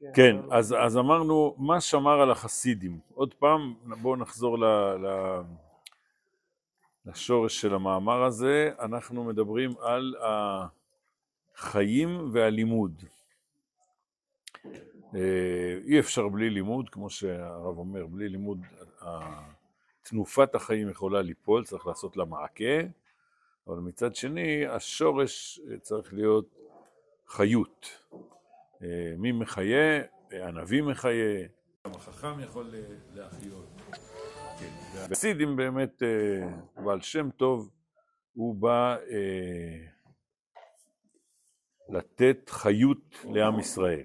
כן, אז אמרנו, מה שמר על החסידים? עוד פעם, בואו נחזור לשורש של המאמר הזה. אנחנו מדברים על החיים והלימוד. אי אפשר בלי לימוד, כמו שהרב אומר, בלי לימוד תנופת החיים יכולה ליפול, צריך לעשות לה מעקה, אבל מצד שני, השורש צריך להיות חיות. מי מחיה? הנביא מחיה, גם החכם יכול להחיות. והחסידים באמת, בעל שם טוב, הוא בא לתת חיות לעם ישראל.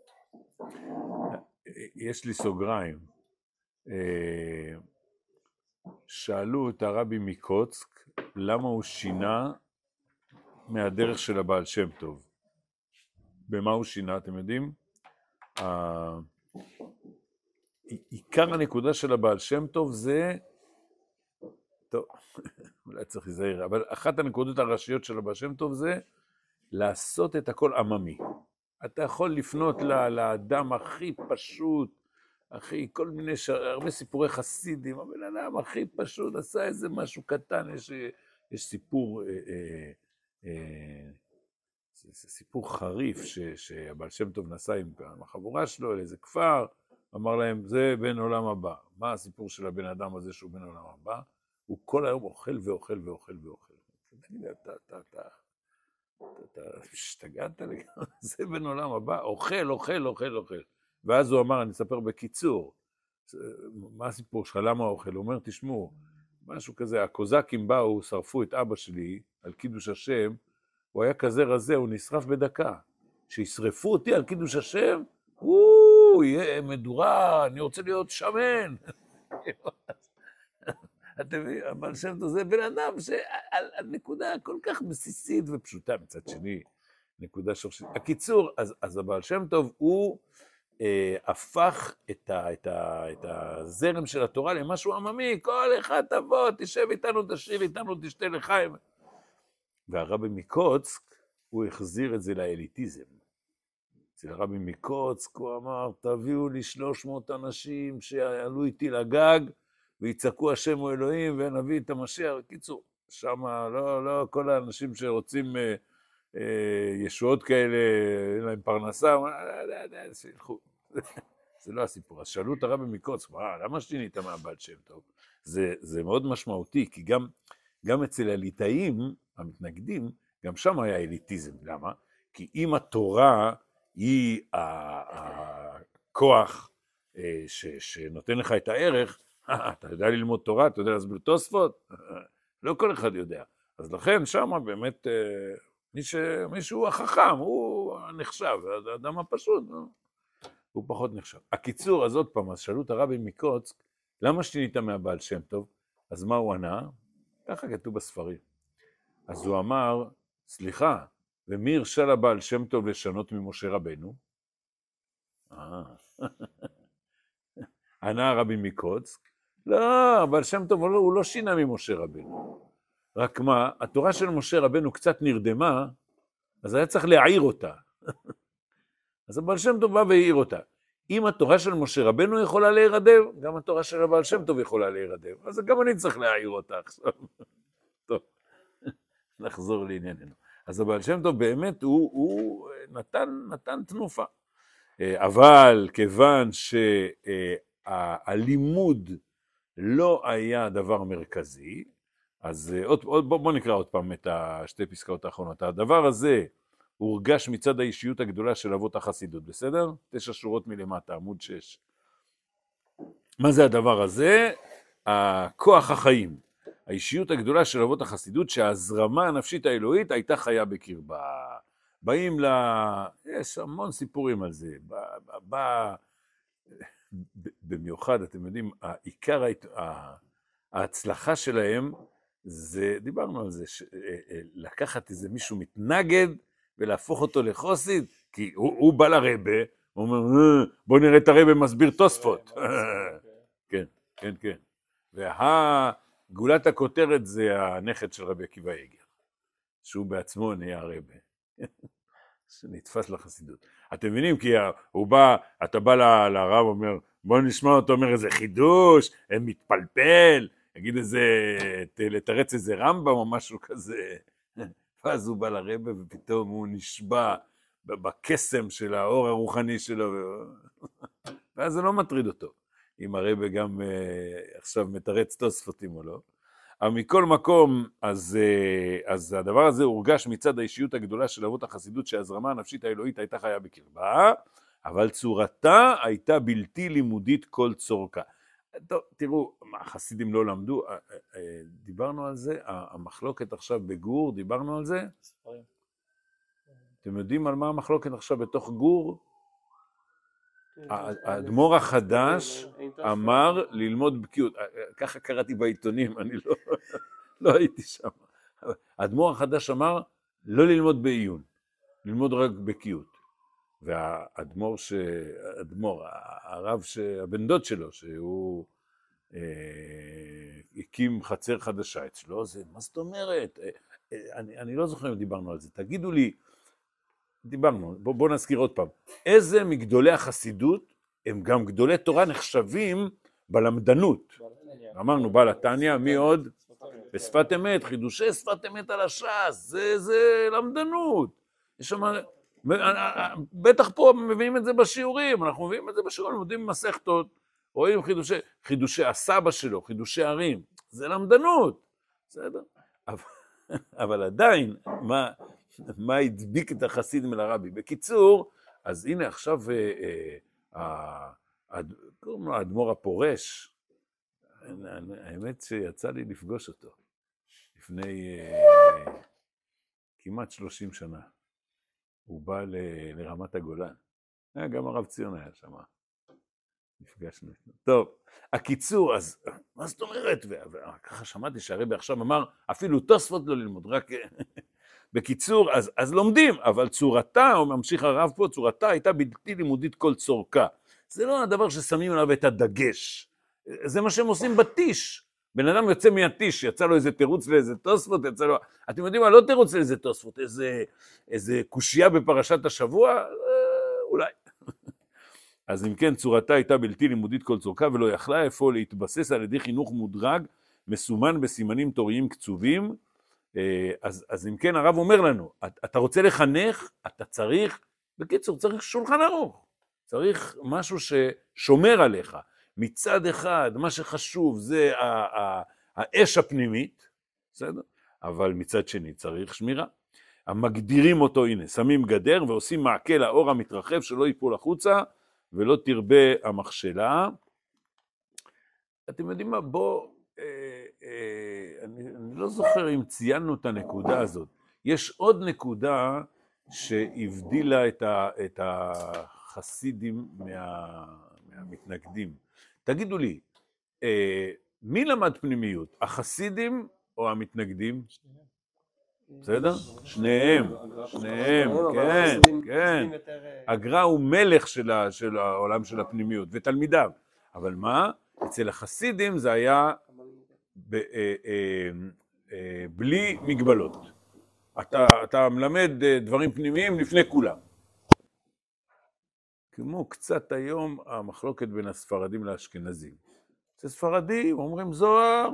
יש לי סוגריים. שאלו את הרבי מקוצק למה הוא שינה מהדרך של הבעל שם טוב. במה הוא שינה, אתם יודעים? עיקר הנקודה של הבעל שם טוב זה, טוב, אולי צריך להיזהר, אבל אחת הנקודות הראשיות של הבעל שם טוב זה לעשות את הכל עממי. אתה יכול לפנות לאדם הכי פשוט, כל מיני, הרבה סיפורי חסידים, הבן אדם הכי פשוט עשה איזה משהו קטן, יש סיפור, סיפור חריף שהבעל שם טוב נסע עם החבורה שלו לאיזה כפר, אמר להם, זה בן עולם הבא. מה הסיפור של הבן אדם הזה שהוא בן עולם הבא? הוא כל היום אוכל ואוכל ואוכל ואוכל. אתה השתגעת לגמרי, זה בן עולם הבא, אוכל, אוכל, אוכל, אוכל. ואז הוא אמר, אני אספר בקיצור, מה הסיפור שלך, למה אוכל? הוא אומר, תשמעו, משהו כזה, הקוזקים באו, שרפו את אבא שלי על קידוש השם, הוא היה כזה רזה, הוא נשרף בדקה. שישרפו אותי על קידוש השם, יהיה מדורה, אני רוצה להיות שמן. אתם מבינים, הבעל שם טוב זה בן אדם שעל נקודה כל כך בסיסית ופשוטה, מצד שני, נקודה שורשית. הקיצור, אז הבעל שם טוב הוא הפך את הזרם של התורה למשהו עממי, כל אחד תבוא, תשב איתנו, תשאיר איתנו, תשתה לחיים. והרבי מקוצק, הוא החזיר את זה לאליטיזם. אצל הרבי מקוצק, הוא אמר, תביאו לי 300 אנשים שעלו איתי לגג, ויצעקו השם הוא אלוהים, ונביא את המשיח. בקיצור, שם לא כל האנשים שרוצים ישועות כאלה, אין להם פרנסה, שילכו. זה לא הסיפור. אז שאלו את הרבי מקוצק, למה שינית מהבעל שם טוב? זה מאוד משמעותי, כי גם אצל הליטאים, המתנגדים, גם שם היה אליטיזם. למה? כי אם התורה היא הכוח שנותן לך את הערך, אתה יודע ללמוד תורה, אתה יודע להסביר תוספות? לא כל אחד יודע. אז לכן שם באמת מישהו החכם, הוא נחשב, האדם הפשוט, הוא פחות נחשב. הקיצור, אז עוד פעם, אז שאלו את הרבי מקוצק, למה שינית מהבעל שם טוב? אז מה הוא ענה? ככה כתוב בספרים. אז הוא אמר, סליחה, ומי הרשה לבעל שם טוב לשנות ממשה רבנו? ענה הרבי מקוצק, לא, הבעל שם טוב הוא לא שינה ממשה רבנו. רק מה, התורה של משה רבנו קצת נרדמה, אז היה צריך להעיר אותה. אז הבעל שם טוב בא והעיר אותה. אם התורה של משה רבנו יכולה להירדם, גם התורה של הבעל שם טוב יכולה להירדם. אז גם אני צריך להעיר אותה עכשיו. טוב, נחזור לענייננו. אז הבעל שם טוב באמת הוא נתן תנופה. אבל כיוון שהלימוד לא היה דבר מרכזי, אז בוא נקרא עוד פעם את השתי פסקאות האחרונות. הדבר הזה הורגש מצד האישיות הגדולה של אבות החסידות, בסדר? 9 שורות מלמטה, עמוד 6. מה זה הדבר הזה? כוח החיים. האישיות הגדולה של אבות החסידות, שההזרמה הנפשית האלוהית הייתה חיה בקרבה. באים יש המון סיפורים על זה. במיוחד, אתם יודעים, עיקר ההצלחה שלהם, זה, דיברנו על זה, לקחת איזה מישהו מתנגד, ולהפוך אותו לחוסיד, כי הוא בא לרבה, הוא אומר, בוא נראה את הרבה מסביר תוספות. כן, כן, כן. גולת הכותרת זה הנכד של רבי עקיבא איגר, שהוא בעצמו נהיה הרבה. שנתפס לחסידות. אתם מבינים? כי הוא בא, אתה בא לרב, אומר, בוא נשמע אותו, אומר איזה חידוש, מתפלפל, יגיד איזה, לתרץ איזה רמב"ם או משהו כזה. ואז הוא בא לרבא ופתאום הוא נשבע בקסם של האור הרוחני שלו, ואז זה לא מטריד אותו, אם הרבא גם עכשיו מתרץ תוספותים או לא. אבל מכל מקום, אז הדבר הזה הורגש מצד האישיות הגדולה של אבות החסידות, שהזרמה הנפשית האלוהית הייתה חיה בקרבה, אבל צורתה הייתה בלתי לימודית כל צורכה. טוב, תראו, החסידים לא למדו, דיברנו על זה, המחלוקת עכשיו בגור, דיברנו על זה? ספרים. אתם יודעים על מה המחלוקת עכשיו בתוך גור? האדמו"ר החדש אמר ללמוד בקיאות, ככה קראתי בעיתונים, אני לא הייתי שם. האדמו"ר החדש אמר לא ללמוד בעיון, ללמוד רק בקיאות. והאדמו"ר, הרב, הבן דוד שלו, שהוא הקים חצר חדשה אצלו, זה, מה זאת אומרת? אני לא זוכר אם דיברנו על זה, תגידו לי, דיברנו, בוא נזכיר עוד פעם, איזה מגדולי החסידות הם גם גדולי תורה נחשבים בלמדנות? אמרנו, בעל התניא, מי עוד? בשפת אמת, חידושי שפת אמת על הש"ס, זה למדנות. יש שם, בטח פה מביאים את זה בשיעורים, אנחנו מביאים את זה בשיעורים, יודעים מסכתות, רואים חידושי הסבא שלו, חידושי ערים, זה למדנות, בסדר? אבל עדיין, מה הדביק את החסידים אל הרבי? בקיצור, אז הנה עכשיו, קוראים לו האדמו"ר הפורש, האמת שיצא לי לפגוש אותו, לפני כמעט 30 שנה. הוא בא לרמת הגולן, גם הרב ציון היה שם, נפגשנו. טוב, הקיצור, אז מה זאת אומרת? וככה שמעתי שהרבי עכשיו אמר, אפילו תוספות לא ללמוד, רק... בקיצור, אז לומדים, אבל צורתה, הוא ממשיך הרב פה, צורתה הייתה בלתי לימודית כל צורכה. זה לא הדבר ששמים עליו את הדגש. זה מה שהם עושים בטיש. בן אדם יוצא מהטיש, יצא לו איזה תירוץ לאיזה תוספות, יצא לו... אתם יודעים מה? לא תירוץ לאיזה תוספות, איזה קושייה בפרשת השבוע? אולי. אז אם כן, צורתה הייתה בלתי לימודית כל צורכה, ולא יכלה איפה להתבסס על ידי חינוך מודרג, מסומן בסימנים תוריים קצובים. אז אם כן, הרב אומר לנו, אתה רוצה לחנך, אתה צריך, בקיצור, צריך שולחן ערוך. צריך משהו ששומר עליך. מצד אחד, מה שחשוב זה האש הפנימית, בסדר? אבל מצד שני צריך שמירה. המגדירים אותו, הנה, שמים גדר ועושים מעקה לאור המתרחב שלא ייפול החוצה ולא תרבה המכשלה. אתם יודעים מה? בוא, אני לא זוכר אם ציינו את הנקודה הזאת. יש עוד נקודה שהבדילה את החסידים מהמתנגדים. תגידו לי, מי למד פנימיות? החסידים או המתנגדים? בסדר? שניהם, כן, כן. הגר"א הוא מלך של העולם של הפנימיות ותלמידיו. אבל מה? אצל החסידים זה היה בלי מגבלות. אתה מלמד דברים פנימיים לפני כולם. כמו קצת היום המחלוקת בין הספרדים לאשכנזים. זה ספרדים, אומרים זוהר,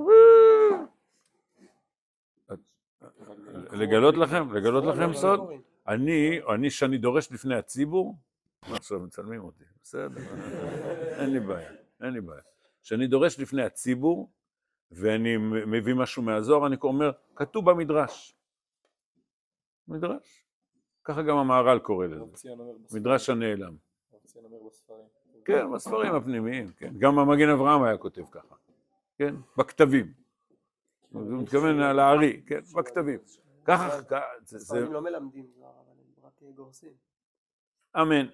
לגלות לכם סוד? שאני דורש לפני הציבור, עכשיו מצלמים אותי, בסדר, אין לי בעיה. שאני דורש לפני הציבור, ואני מביא משהו מהזוהר, אני אומר, כתוב במדרש. מדרש. ככה גם המהר"ל קורא לזה. מדרש הנעלם. כן, בספרים הפנימיים, כן. גם המגן אברהם היה כותב ככה. כן, בכתבים. הוא מתכוון על הארי, כן, בכתבים. ככה, ספרים לא מלמדים, אבל הם רק גורסים. אמן.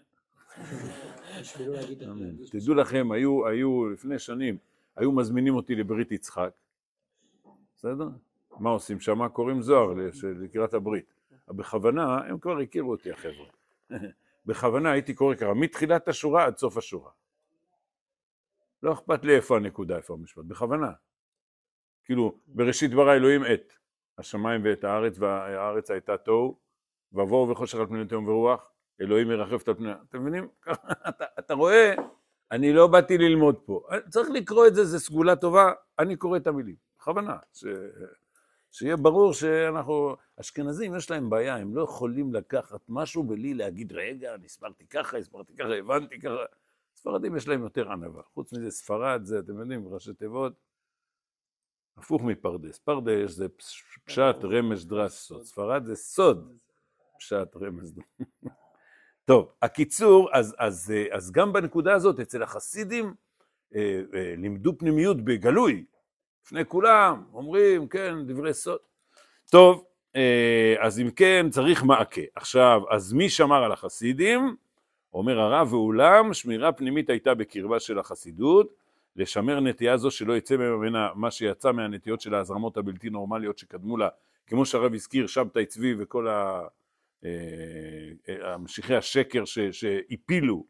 תדעו לכם, היו לפני שנים, היו מזמינים אותי לברית יצחק. בסדר? מה עושים שם? קוראים זוהר לקראת הברית. בכוונה, הם כבר הכירו אותי החבר'ה. בכוונה הייתי קורא ככה, מתחילת השורה עד סוף השורה. לא אכפת לי איפה הנקודה, איפה המשפט, בכוונה. כאילו, בראשית ברא אלוהים את השמיים ואת הארץ, והארץ הייתה תוהו, ובואו וחושך על פני תהום ורוח, אלוהים ירחף על פני... אתם מבינים? אתה רואה, אני לא באתי ללמוד פה. צריך לקרוא את זה, זה סגולה טובה, אני קורא את המילים. בכוונה, שיהיה ברור שאנחנו... אשכנזים יש להם בעיה, הם לא יכולים לקחת משהו בלי להגיד, רגע, אני הסברתי ככה, הבנתי ככה. ספרדים יש להם יותר ענווה. חוץ מזה, ספרד, זה, אתם יודעים, ראשי תיבות, הפוך מפרדס. פרדס זה פשט, רמז, דרס, סוד. ספרד זה סוד, פשט, רמז, דרס. טוב, הקיצור, אז גם בנקודה הזאת, אצל החסידים, לימדו פנימיות בגלוי. לפני כולם, אומרים, כן, דברי סוד. טוב, אז אם כן, צריך מעקה. עכשיו, אז מי שמר על החסידים? אומר הרב, ואולם שמירה פנימית הייתה בקרבה של החסידות, לשמר נטייה זו שלא יצא ממנה מה שיצא מהנטיות של ההזרמות הבלתי נורמליות שקדמו לה, כמו שהרב הזכיר, שבתאי צבי וכל המשיכי השקר שהפילו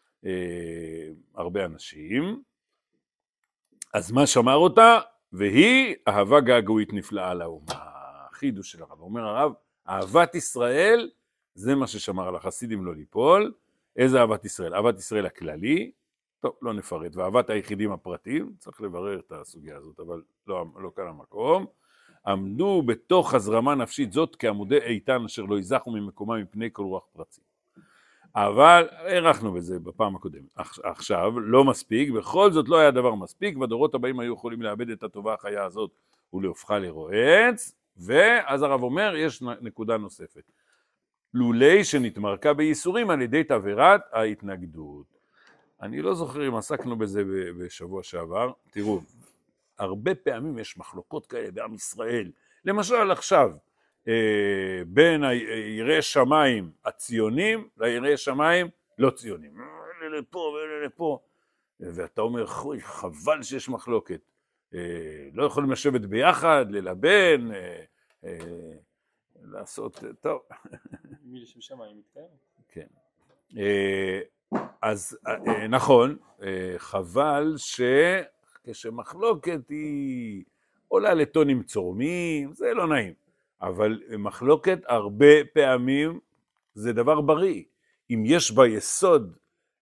הרבה אנשים. אז מה שמר אותה? והיא אהבה געגועית נפלאה לאומה. החידוש של הרב. אומר הרב, אהבת ישראל זה מה ששמר על החסידים לא ליפול. איזה אהבת ישראל? אהבת ישראל הכללי, טוב, לא נפרט, ואהבת היחידים הפרטיים, צריך לברר את הסוגיה הזאת, אבל לא כאן המקום. עמדו בתוך הזרמה נפשית זאת כעמודי איתן אשר לא יזכו ממקומם מפני כל רוח פרצי. אבל ערכנו בזה בפעם הקודמת. עכשיו לא מספיק, בכל זאת לא היה דבר מספיק, והדורות הבאים היו יכולים לאבד את הטובה החיה הזאת ולהופכה לרועץ, ואז הרב אומר, יש נקודה נוספת. לולי שנתמרקה בייסורים על ידי תעבירת ההתנגדות. אני לא זוכר אם עסקנו בזה בשבוע שעבר. תראו, הרבה פעמים יש מחלוקות כאלה בעם ישראל. למשל עכשיו, בין יראי שמיים הציונים ליראי שמיים לא ציונים. אלה לפה ואלה לפה. ואתה אומר, חוי, חבל שיש מחלוקת. לא יכולים לשבת ביחד, ללבן, לעשות, טוב. מי לשם שמיים מתקיים? כן. אז נכון, חבל שכשמחלוקת היא עולה לטונים צורמים, זה לא נעים. אבל מחלוקת הרבה פעמים זה דבר בריא. אם יש בה יסוד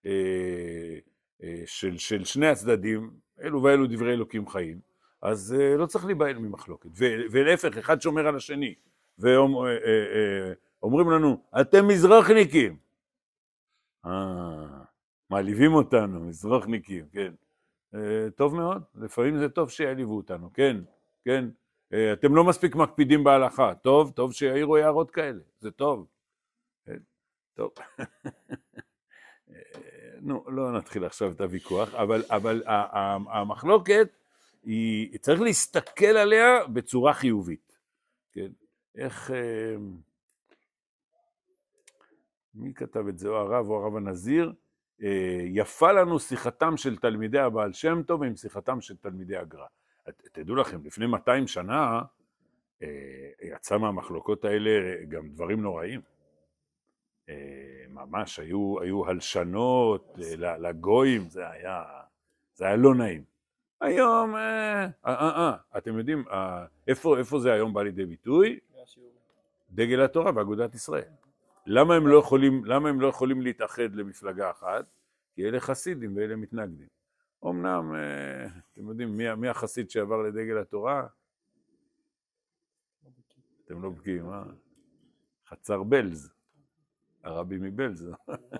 של שני הצדדים, אלו ואלו דברי אלוקים חיים, אז לא צריך להיבהל ממחלוקת. ולהפך, אחד שומר על השני, ואומרים לנו, אתם מזרחניקים. מעליבים אותנו, מזרחניקים, כן. טוב מאוד, לפעמים זה טוב שיעליבו אותנו, כן, כן. אתם לא מספיק מקפידים בהלכה, טוב שיעירו הערות כאלה, זה טוב. טוב. נו, לא נתחיל עכשיו את הוויכוח, אבל המחלוקת, צריך להסתכל עליה בצורה חיובית. כן, איך... מי כתב את זה? או הרב הנזיר? יפה לנו שיחתם של תלמידי הבעל שם טוב עם שיחתם של תלמידי הגר"א. תדעו לכם, לפני 200 שנה יצא מהמחלוקות האלה גם דברים נוראים. ממש היו הלשנות לגויים, זה היה לא נעים. היום, אתם יודעים, איפה זה היום בא לידי ביטוי? דגל התורה ואגודת ישראל. למה הם לא יכולים להתאחד למפלגה אחת? כי אלה חסידים ואלה מתנגדים. אמנם, אתם יודעים, מי החסיד שעבר לדגל התורה? אתם לא בקיאים, חצר בלז. הרבי מבלז.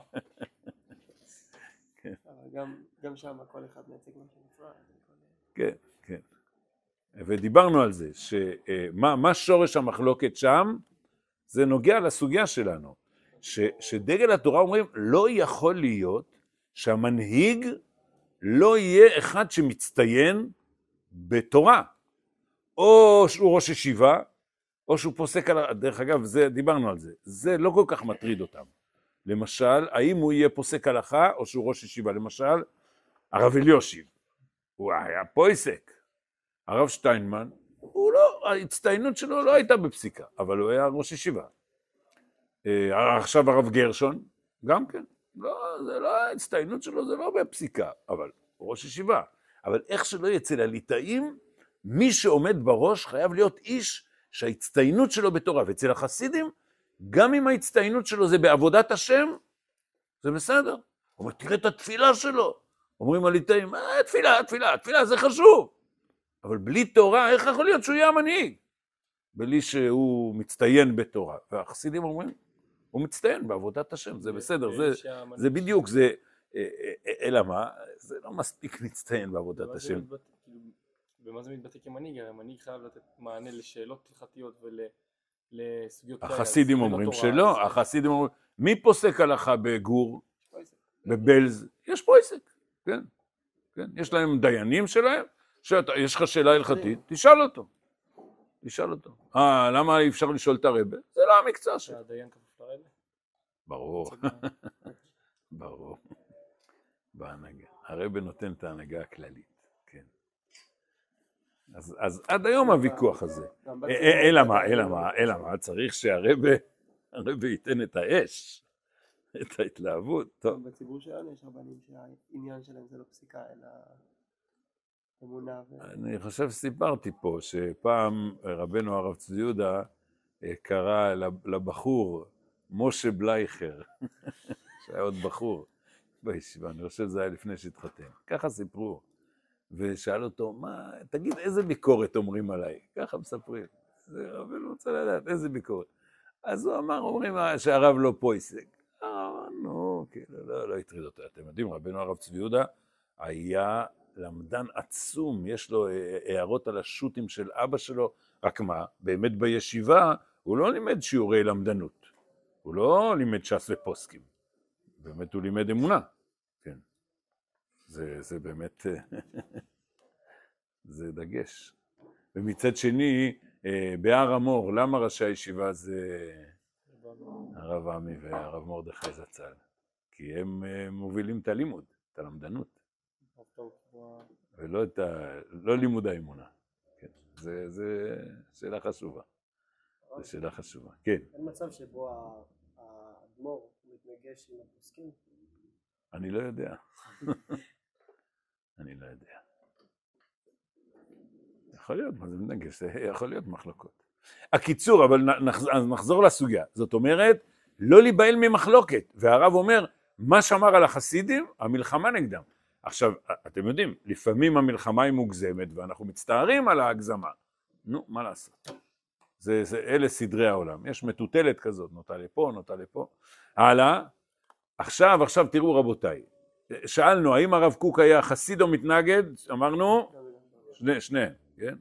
גם שם כל אחד מייצג מה שנפרד. כן, כן. ודיברנו על זה, שמה שורש המחלוקת שם, זה נוגע לסוגיה שלנו, שדגל התורה אומרים, לא יכול להיות שהמנהיג לא יהיה אחד שמצטיין בתורה, או שהוא ראש ישיבה, או שהוא פוסק על... דרך אגב, דיברנו על זה, זה לא כל כך מטריד אותם. למשל, האם הוא יהיה פוסק הלכה, או שהוא ראש ישיבה, למשל, הרב אליושיב, הוא היה פויסק, הרב שטיינמן, ההצטיינות שלו לא הייתה בפסיקה, אבל הוא היה ראש ישיבה. עכשיו הרב גרשון, גם כן, ההצטיינות שלו זה לא בפסיקה, אבל הוא ראש ישיבה. אבל איך שלא יצא לליטאים, מי שעומד בראש חייב להיות איש שההצטיינות שלו בתורה, ואצל החסידים גם אם ההצטיינות שלו זה בעבודת השם, זה בסדר. הוא אומר, תראה את התפילה שלו. אומרים הליטאים, תפילה זה חשוב. אבל בלי תורה, איך יכול להיות שהוא יהיה המנהיג? בלי שהוא מצטיין בתורה. והחסידים אומרים, הוא מצטיין בעבודת השם, זה בסדר, זה בדיוק, זה, אלא מה? זה לא מספיק מצטיין בעבודת השם. במה זה מתבטא כמנהיג? המנהיג חייב לתת מענה לשאלות הלכתיות ולסוגיות כאלה. החסידים אומרים שלא, החסידים אומרים, מי פוסק הלכה בגור? בבלז? יש פויסק, כן. יש להם דיינים שלהם, יש לך שאלה הלכתית, תשאל אותו. למה אי אפשר לשאול את הרבה? זה לא המקצוע שלו. שהדיין כפוף לרבה? ברור. בהנהגה. הרבה נותן את ההנהגה הכללית, כן. אז עד היום הוויכוח הזה. אלא מה, צריך שהרבה ייתן את האש, את ההתלהבות. טוב. בציבור שלנו יש רבנים שהעניין שלהם זה לא פסיקה, אלא אמונה. אני חושב שסיפרתי פה שפעם רבנו הרב צבי יהודה קרא לבחור משה בלייכר, שהיה עוד בחור בישיבה, אני חושב שזה היה לפני שהתחתן. ככה סיפרו, ושאל אותו, תגיד איזה ביקורת אומרים עליי? ככה מספרים. רבנו רוצה לדעת, איזה ביקורת? אז הוא אמר, אומרים שהרב לא פויסק. נו, לא הטריד אותו. אתם יודעים, רבנו הרב צבי יהודה היה למדן עצום, יש לו הערות על השו"תים של אבא שלו, רק מה, באמת בישיבה הוא לא לימד שיעורי למדנות, הוא לא לימד ש"ס ופוסקים, באמת הוא לימד אמונה, כן, זה באמת, זה דגש. ומצד שני, בהר המור, למה ראשי הישיבה זה הרב עמי והרב מרדכי זצ"ל? כי הם מובילים את הלימוד, את הלמדנות. ולא לא לימוד האמונה. כן. זה שאלה חשובה. זה שאלה חשובה. כן. אין מצב שבו האדמו"ר מתנגש עם הפוסקים? אני לא יודע. אני לא יודע. יכול להיות, מה זה מתנגש? יכול להיות מחלוקות. הקיצור, אבל נחזור לסוגיה. זאת אומרת, לא להיבהל ממחלוקת. והרב אומר, מה שאמר על החסידים, המלחמה נגדם. עכשיו, אתם יודעים, לפעמים המלחמה היא מוגזמת, ואנחנו מצטערים על ההגזמה. נו, מה לעשות? אלה סדרי העולם. יש מטוטלת כזאת, נוטה לפה. הלאה. עכשיו תראו רבותיי. שאלנו, האם הרב קוק היה חסיד או מתנגד? אמרנו, שניהם, כן?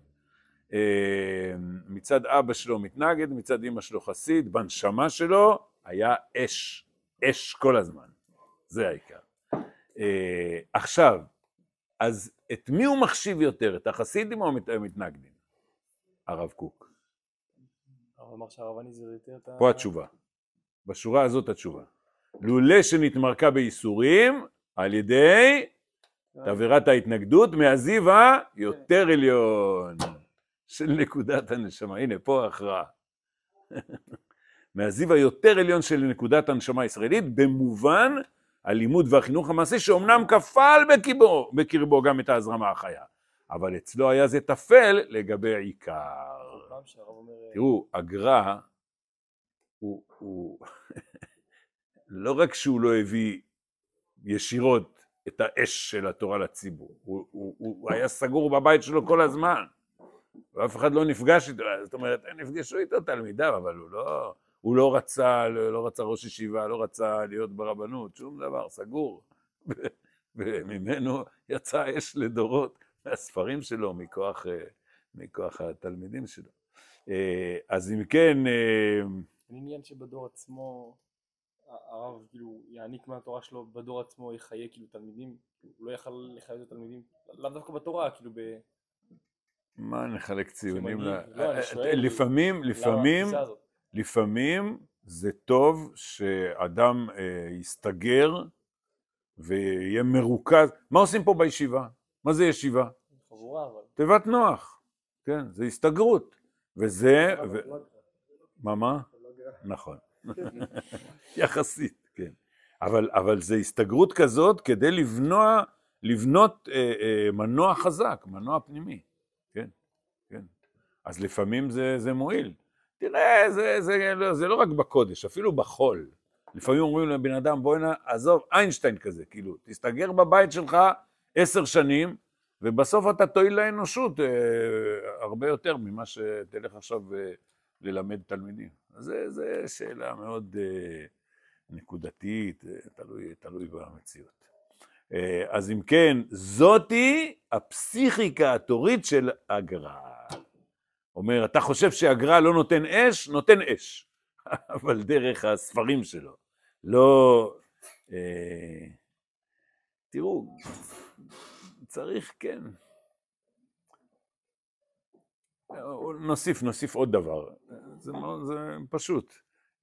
מצד אבא שלו מתנגד, מצד אמא שלו חסיד, בנשמה שלו היה אש כל הזמן. זה העיקר. עכשיו, אז את מי הוא מחשיב יותר? את החסידים או המתנגדים? הרב קוק. הרב אמר שהרבני זה יותר את ה... פה התשובה. בשורה הזאת התשובה. לולא שנתמרקה בייסורים על ידי תעבירת ההתנגדות מהזיו היותר עליון של נקודת הנשמה. הנה, פה ההכרעה. מהזיו היותר עליון של נקודת הנשמה הישראלית, במובן הלימוד והחינוך המעשי, שאומנם כפל בקרבו גם את ההזרמה החיה. אבל אצלו היה זה תפל לגבי עיקר. תראו, הגר"א הוא לא רק שהוא לא הביא ישירות את האש של התורה לציבור, הוא היה סגור בבית שלו כל הזמן, ואף אחד לא נפגש איתו, זאת אומרת, הם נפגשו איתו תלמידיו, אבל הוא לא רצה ראש ישיבה, לא רצה להיות ברבנות, שום דבר, סגור. וממנו יצא אש לדורות מהספרים שלו, מכוח התלמידים שלו. אז אם כן... העניין שבדור עצמו, הרב כאילו יעניק מהתורה שלו, בדור עצמו יחיה כאילו תלמידים, הוא לא יכל לחיות את התלמידים, לאו דווקא בתורה, כאילו מה נחלק ציונים? לפעמים זה טוב שאדם יסתגר ויהיה מרוכז. מה עושים פה בישיבה? מה זה ישיבה? חבורה, אבל. תיבת נוח. כן, זה הסתגרות. וזה... מה? נכון. יחסית, כן. אבל זה הסתגרות כזאת כדי לבנות מנוע חזק, מנוע פנימי. כן, כן. אז לפעמים זה מועיל. תראה, זה לא רק בקודש, אפילו בחול. לפעמים אומרים לבן אדם, בוא הנה, עזוב, איינשטיין כזה, כאילו, תסתגר בבית שלך 10 שנים, ובסוף אתה תועיל לאנושות הרבה יותר ממה שתלך עכשיו ללמד תלמידים. אז זו שאלה מאוד נקודתית, תלוי במציאות. אז אם כן, זאתי הפסיכיקה התורית של הגר"א. אומר, אתה חושב שהגר"א לא נותן אש? נותן אש. אבל דרך הספרים שלו. לא... תראו, צריך, כן. נוסיף עוד דבר. זה פשוט.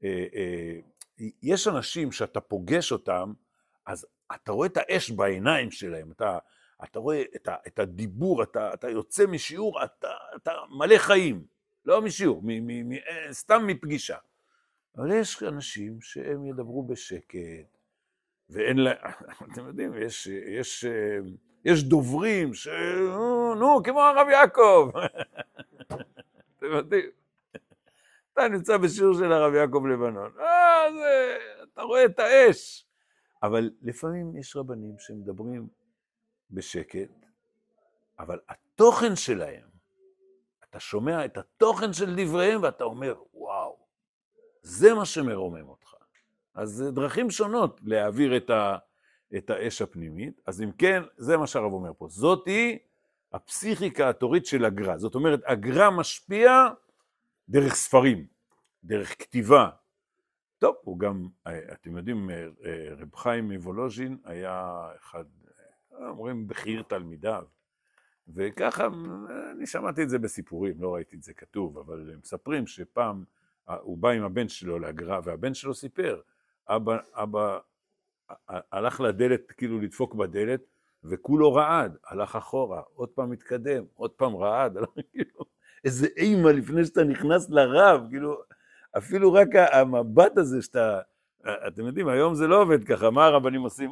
יש אנשים שאתה פוגש אותם, אז אתה רואה את האש בעיניים שלהם, אתה רואה את הדיבור, אתה יוצא משיעור, אתה מלא חיים, לא משיעור, סתם מפגישה. אבל יש אנשים שהם ידברו בשקט, ואין להם, אתם יודעים, יש דוברים נו, כמו הרב יעקב. אתם יודעים, אתה נמצא בשיעור של הרב יעקב לבנון, אתה רואה את האש. אבל לפעמים יש רבנים שמדברים בשקט, אבל התוכן שלהם, אתה שומע את התוכן של דבריהם ואתה אומר, וואו, זה מה שמרומם אותך. אז זה דרכים שונות להעביר את האש הפנימית. אז אם כן, זה מה שהרב אומר פה. זאת היא הפסיכיקה התורית של הגר"א. זאת אומרת, הגר"א משפיע דרך ספרים, דרך כתיבה. טוב, הוא גם, אתם יודעים, רב חיים מוולוז'ין היה אחד, אומרים, בחיר תלמידיו. וככה, אני שמעתי את זה בסיפורים, לא ראיתי את זה כתוב, אבל הם מספרים שפעם הוא בא עם הבן שלו לגר"א, והבן שלו סיפר, אבא הלך לדלת, כאילו לדפוק בדלת, וכולו רעד, הלך אחורה, עוד פעם התקדם, עוד פעם רעד, כאילו, איזה אימא לפני שאתה נכנס לרב, כאילו, אפילו רק המבט הזה שאתה, אתם יודעים, היום זה לא עובד ככה, מה הרבנים עושים?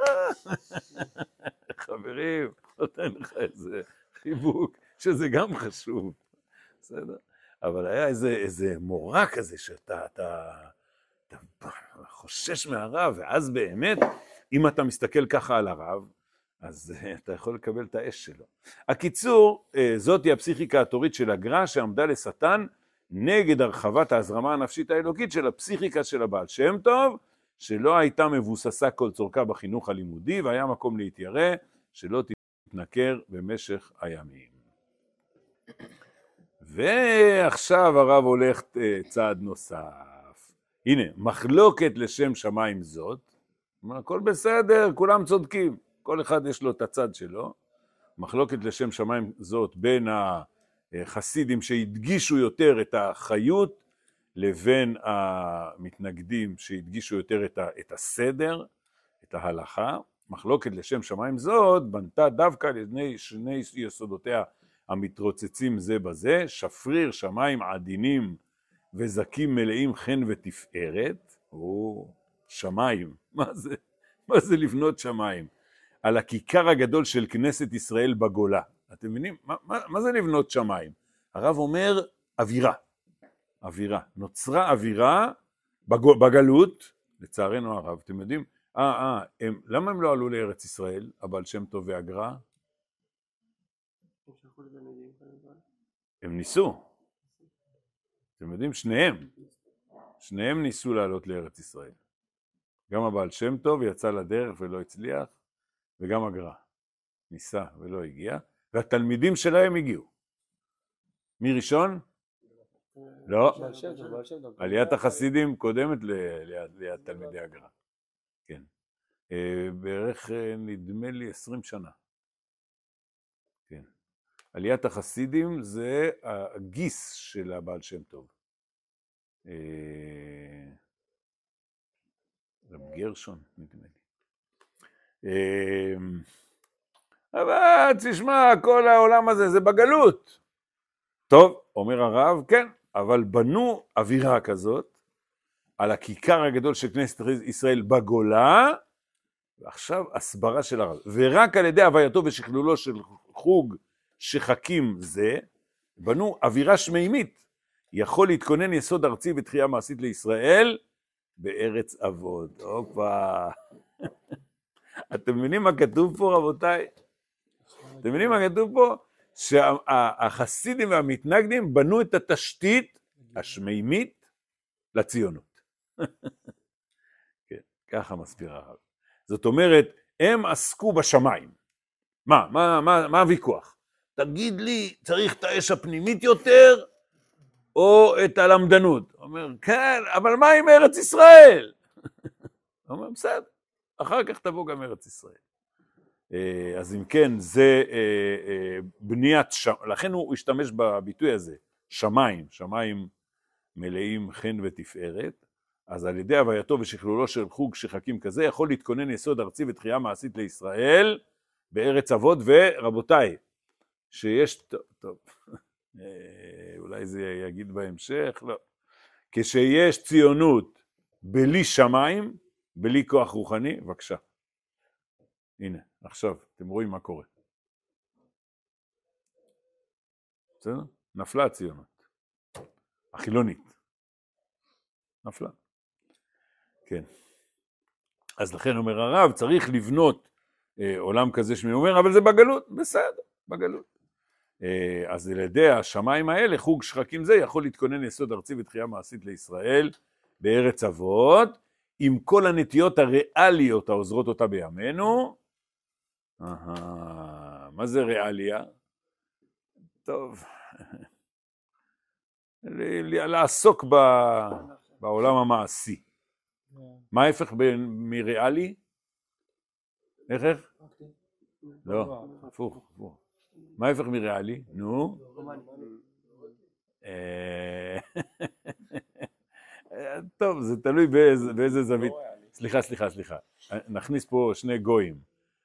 חברים, נותן לך איזה חיבוק, שזה גם חשוב, בסדר? אבל היה איזה מורא כזה שאתה חושש מהרב, ואז באמת, אם אתה מסתכל ככה על הרב, אז אתה יכול לקבל את האש שלו. הקיצור, זאת היא הפסיכיקה התורית של הגר"א, שעמדה לשטן נגד הרחבת ההזרמה הנפשית האלוקית של הפסיכיקה של הבעל שם טוב, שלא הייתה מבוססה כל צורכה בחינוך הלימודי, והיה מקום להתיירא, שלא תתנכר במשך הימים. ועכשיו הרב הולך צעד נוסף. הנה, מחלוקת לשם שמיים זאת, הכל בסדר, כולם צודקים, כל אחד יש לו את הצד שלו. מחלוקת לשם שמיים זאת בין החסידים שהדגישו יותר את החיות, לבין המתנגדים שהדגישו יותר את הסדר, את ההלכה. מחלוקת לשם שמיים זאת בנתה דווקא לפני שני יסודותיה המתרוצצים זה בזה, שפריר שמיים עדינים וזקים מלאים חן ותפארת. או שמיים, מה זה לבנות שמיים? על הכיכר הגדול של כנסת ישראל בגולה. אתם מבינים? מה זה לבנות שמיים? הרב אומר אווירה. אווירה. נוצרה אווירה בגלות, לצערנו הרב, אתם יודעים? למה הם לא עלו לארץ ישראל, הבעל שם טוב והגר"א? הם ניסו. אתם יודעים? שניהם ניסו לעלות לארץ ישראל. גם הבעל שם טוב יצא לדרך ולא הצליח, וגם הגר"א ניסה ולא הגיע, והתלמידים שלהם הגיעו. מי ראשון? לא. עליית החסידים קודמת ליד תלמידי הגר"א. כן. בערך נדמה לי 20 שנה. כן. עליית החסידים זה הגיס של הבעל שם טוב. רב גרשון, נדמה לי. אבל תשמע, כל העולם הזה זה בגלות. טוב, אומר הרב, כן, אבל בנו אווירה כזאת, על הכיכר הגדול של כנסת ישראל בגולה, ועכשיו הסברה של הרב. ורק על ידי הווייתו ושכלולו של חוג שחקים זה, בנו אווירה שמימית, יכול להתכונן יסוד ארצי ותחייה מעשית לישראל בארץ אבות. הופה. אתם מבינים מה כתוב פה, רבותיי? אתם מבינים מה כתוב פה? שהחסידים והמתנגדים בנו את התשתית השמימית לציונות. כן, ככה מסביר הרב. זאת אומרת, הם עסקו בשמיים. מה הוויכוח? תגיד לי, צריך את האש הפנימית יותר, או את הלמדנות? הוא אומר, כן, אבל מה עם ארץ ישראל? הוא אומר, בסדר, אחר כך תבוא גם ארץ ישראל. אז אם כן, זה בניית לכן הוא השתמש בביטוי הזה, שמיים, שמיים מלאים חן ותפארת, אז על ידי הווייתו ושכלולו של חוג שחקים כזה, יכול להתכונן יסוד ארצי ותחייה מעשית לישראל, בארץ אבות, ורבותיי, שיש, טוב, אולי זה יגיד בהמשך, לא, כשיש ציונות בלי שמיים, בלי כוח רוחני, בבקשה. הנה, עכשיו, אתם רואים מה קורה. בסדר? נפלה הציונות. החילונית. נפלה. כן. אז לכן אומר הרב, צריך לבנות עולם כזה שמי אומר, אבל זה בגלות, בסדר, בגלות. אז על ידי השמיים האלה, חוג שחקים זה יכול להתכונן יסוד ארצי ותחייה מעשית לישראל בארץ אבות, עם כל הנטיות הריאליות העוזרות אותה בימינו. מה זה ריאליה? טוב, לעסוק בעולם המעשי. מה ההפך מריאלי? איך? לא, הפוך. מה ההפך מריאלי? נו? טוב, זה תלוי באיזה זווית. סליחה. נכניס פה שני גויים.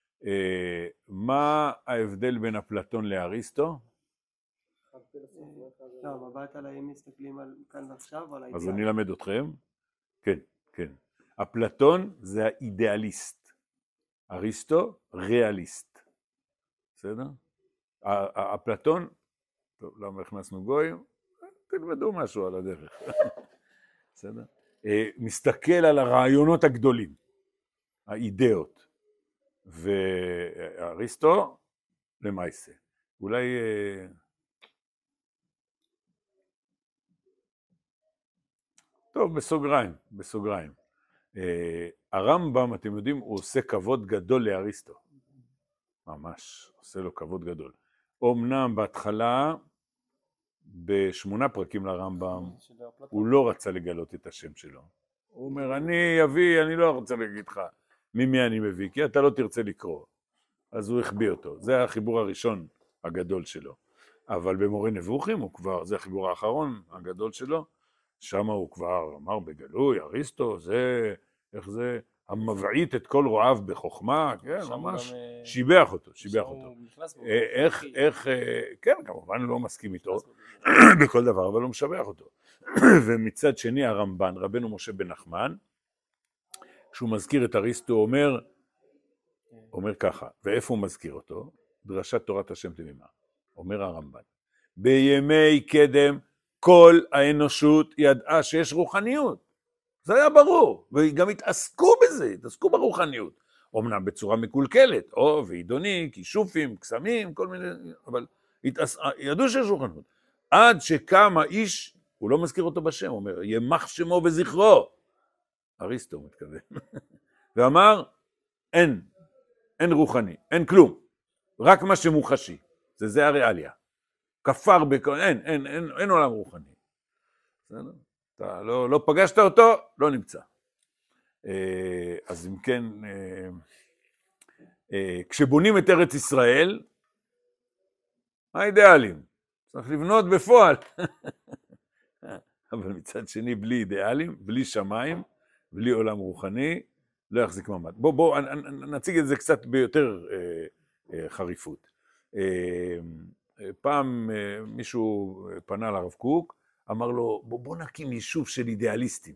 מה ההבדל בין אפלטון לאריסטו? לא, מבט על האם מסתכלים על כאן ועכשיו או על האידיאל. אז אני אלמד אתכם. כן. אפלטון זה האידיאליסט. אריסטו, ריאליסט. בסדר? אפלטון, טוב, למה הכנסנו גויים? תלמדו משהו על הדרך. בסדר? מסתכל על הרעיונות הגדולים, האידאות. ואריסטו, למעשה. אולי... טוב, בסוגריים. הרמב"ם, אתם יודעים, הוא עושה כבוד גדול לאריסטו. ממש, עושה לו כבוד גדול. אמנם בהתחלה, ב8 פרקים לרמב"ם, הוא לא רצה לגלות את השם שלו. הוא אומר, אני לא רוצה להגיד לך ממי אני מביא, כי אתה לא תרצה לקרוא. אז הוא החביא אותו. זה החיבור הראשון הגדול שלו. אבל במורה נבוכים הוא כבר, זה החיבור האחרון הגדול שלו, שם הוא כבר אמר בגלוי, אריסטו, זה, איך זה, המבעית את כל רועיו בחוכמה, כן, ממש, שיבח אותו. איך, כן, כמובן לא מסכים איתו בכל דבר, אבל לא משבח אותו. ומצד שני הרמב"ן, רבנו משה בן נחמן, כשהוא מזכיר את אריסטו, אומר ככה, ואיפה הוא מזכיר אותו? דרשת תורת השם תמימה. אומר הרמב"ן, בימי קדם כל האנושות ידעה שיש רוחניות. זה היה ברור, וגם התעסקו בזה, התעסקו ברוחניות. אמנם בצורה מקולקלת, ועידוני, כישופים, קסמים, כל מיני, אבל ידעו שיש רוחניות. עד שקם האיש, הוא לא מזכיר אותו בשם, הוא אומר, ימח שמו וזכרו. אריסטו מתכוון. ואמר, אין רוחני, אין כלום, רק מה שמוחשי, זה הריאליה. כפר בכל, אין עולם רוחני. בסדר? אתה לא פגשת אותו, לא נמצא. אז אם כן, כשבונים את ארץ ישראל, מה האידיאלים? צריך לבנות בפועל. אבל מצד שני, בלי אידיאלים, בלי שמיים, בלי עולם רוחני, לא יחזיק מעמד. בואו נציג את זה קצת ביותר חריפות. פעם מישהו פנה לרב קוק, אמר לו, בוא נקים יישוב של אידיאליסטים.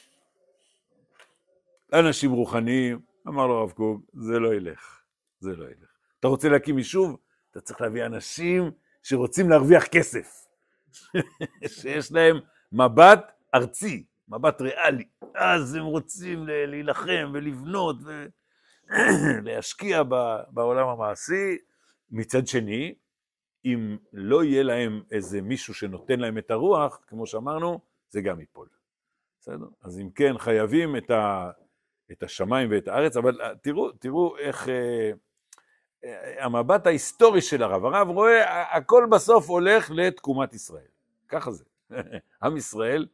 אנשים רוחניים, אמר לו רב קוק, זה לא ילך. אתה רוצה להקים יישוב? אתה צריך להביא אנשים שרוצים להרוויח כסף, שיש להם מבט ארצי, מבט ריאלי. אז הם רוצים להילחם ולבנות ולהשקיע בעולם המעשי. מצד שני, אם לא יהיה להם איזה מישהו שנותן להם את הרוח, כמו שאמרנו, זה גם ייפול. בסדר? אז אם כן, חייבים את השמיים ואת הארץ, אבל תראו איך המבט ההיסטורי של הרב. הרב רואה, הכל בסוף הולך לתקומת ישראל. ככה זה. עם ישראל,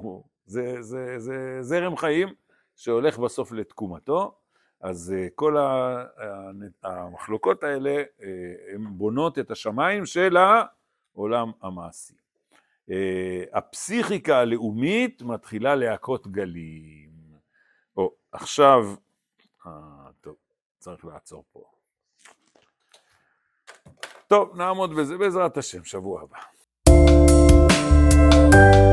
זה זרם חיים שהולך בסוף לתקומתו, אז כל המחלוקות האלה, הן בונות את השמיים של העולם המעשי. הפסיכיקה הלאומית מתחילה להכות גלים. עכשיו, טוב, צריך לעצור פה. טוב, נעמוד בזה בעזרת השם, שבוע הבא.